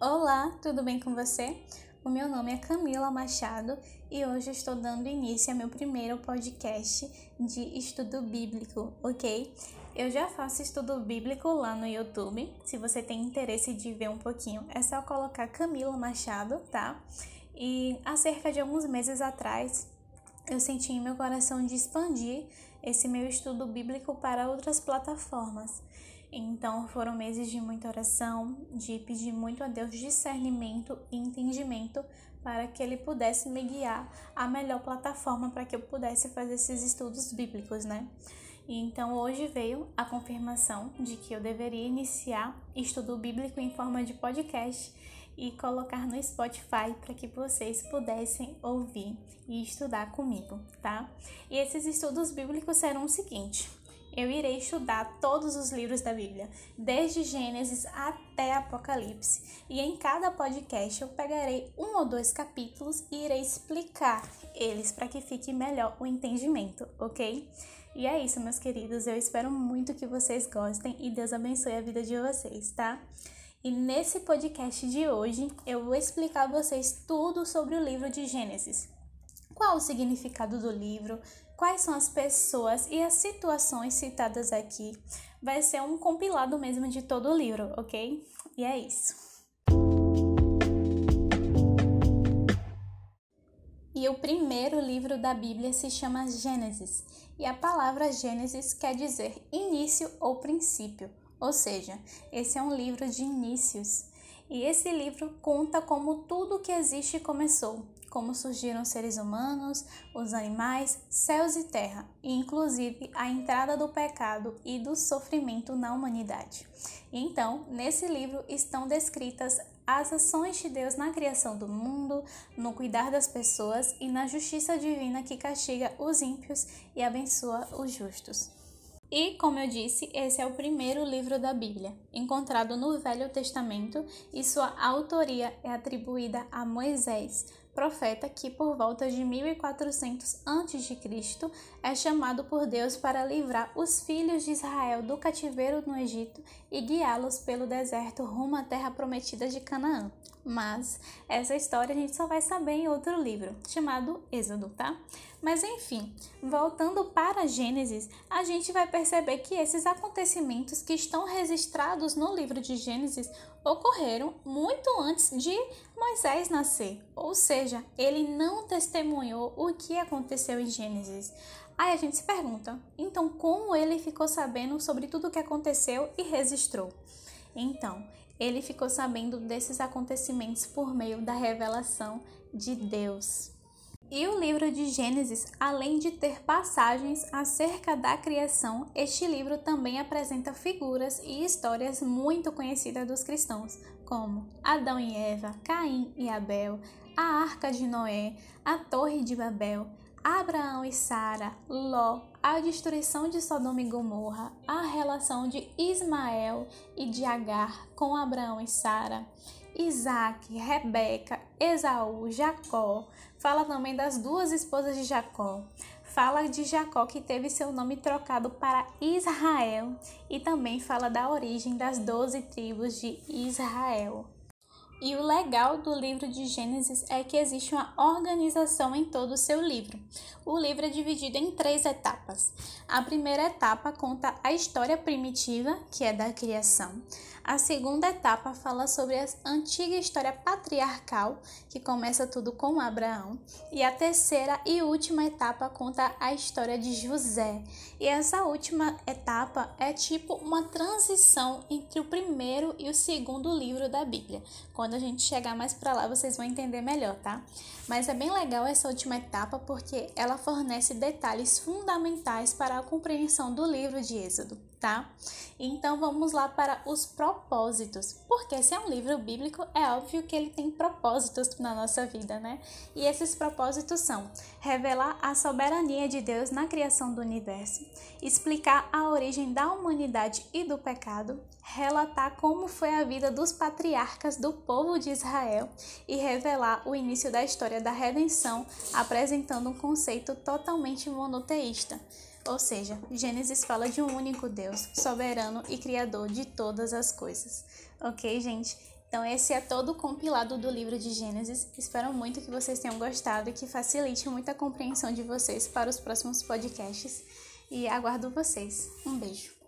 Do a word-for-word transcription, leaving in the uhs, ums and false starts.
Olá, tudo bem com você? O meu nome é Camila Machado e hoje eu estou dando início ao meu primeiro podcast de estudo bíblico, ok? Eu já faço estudo bíblico lá no YouTube. Se você tem interesse de ver um pouquinho, é só colocar Camila Machado, tá? E há cerca de alguns meses atrás, eu senti em meu coração de expandir esse meu estudo bíblico para outras plataformas. Então foram meses de muita oração, de pedir muito a Deus discernimento e entendimento para que Ele pudesse me guiar à melhor plataforma para que eu pudesse fazer esses estudos bíblicos, né? E então hoje veio a confirmação de que eu deveria iniciar estudo bíblico em forma de podcast e colocar no Spotify para que vocês pudessem ouvir e estudar comigo, tá? E esses estudos bíblicos serão o seguinte: eu irei estudar todos os livros da Bíblia, desde Gênesis até Apocalipse, e em cada podcast eu pegarei um ou dois capítulos e irei explicar eles para que fique melhor o entendimento, ok? E é isso, meus queridos, eu espero muito que vocês gostem e Deus abençoe a vida de vocês, tá? E nesse podcast de hoje eu vou explicar a vocês tudo sobre o livro de Gênesis. Qual o significado do livro, quais são as pessoas e as situações citadas aqui. Vai ser um compilado mesmo de todo o livro, ok? E é isso. E o primeiro livro da Bíblia se chama Gênesis. E a palavra Gênesis quer dizer início ou princípio. Ou seja, esse é um livro de inícios. E esse livro conta como tudo que existe começou. Como surgiram os seres humanos, os animais, céus e terra, e inclusive a entrada do pecado e do sofrimento na humanidade. Então, nesse livro estão descritas as ações de Deus na criação do mundo, no cuidar das pessoas e na justiça divina que castiga os ímpios e abençoa os justos. E, como eu disse, esse é o primeiro livro da Bíblia, encontrado no Velho Testamento, e sua autoria é atribuída a Moisés, profeta que por volta de mil e quatrocentos antes de Cristo é chamado por Deus para livrar os filhos de Israel do cativeiro no Egito e guiá-los pelo deserto rumo à terra prometida de Canaã. Mas essa história a gente só vai saber em outro livro, chamado Êxodo, tá? Mas enfim, voltando para Gênesis, a gente vai perceber que esses acontecimentos que estão registrados no livro de Gênesis ocorreram muito antes de Moisés nascer, ou seja, ele não testemunhou o que aconteceu em Gênesis. Aí a gente se pergunta, então como ele ficou sabendo sobre tudo o que aconteceu e registrou? Então, ele ficou sabendo desses acontecimentos por meio da revelação de Deus. E o livro de Gênesis, além de ter passagens acerca da criação, este livro também apresenta figuras e histórias muito conhecidas dos cristãos, como Adão e Eva, Caim e Abel, a Arca de Noé, a Torre de Babel, Abraão e Sara, Ló, a destruição de Sodoma e Gomorra, a relação de Ismael e de Agar com Abraão e Sara, Isaac, Rebeca, Esaú, Jacó. Fala também das duas esposas de Jacó. Fala de Jacó que teve seu nome trocado para Israel e também fala da origem das doze tribos de Israel. E o legal do livro de Gênesis é que existe uma organização em todo o seu livro. O livro é dividido em três etapas. A primeira etapa conta a história primitiva, que é da criação. A segunda etapa fala sobre a antiga história patriarcal, que começa tudo com Abraão. E a terceira e última etapa conta a história de José. E essa última etapa é tipo uma transição entre o primeiro e o segundo livro da Bíblia. Quando a gente chegar mais para lá, vocês vão entender melhor, tá? Mas é bem legal essa última etapa porque ela fornece detalhes fundamentais para a compreensão do livro de Êxodo, tá? Então vamos lá para os propósitos. Porque se é um livro bíblico, é óbvio que ele tem propósitos na nossa vida, né? E esses propósitos são revelar a soberania de Deus na criação do universo, explicar a origem da humanidade e do pecado, relatar como foi a vida dos patriarcas do povo de Israel e revelar o início da história da redenção, apresentando um conceito totalmente monoteísta. Ou seja, Gênesis fala de um único Deus, soberano e criador de todas as coisas. Ok, gente? Então esse é todo o compilado do livro de Gênesis. Espero muito que vocês tenham gostado e que facilite muito a compreensão de vocês para os próximos podcasts. E aguardo vocês. Um beijo.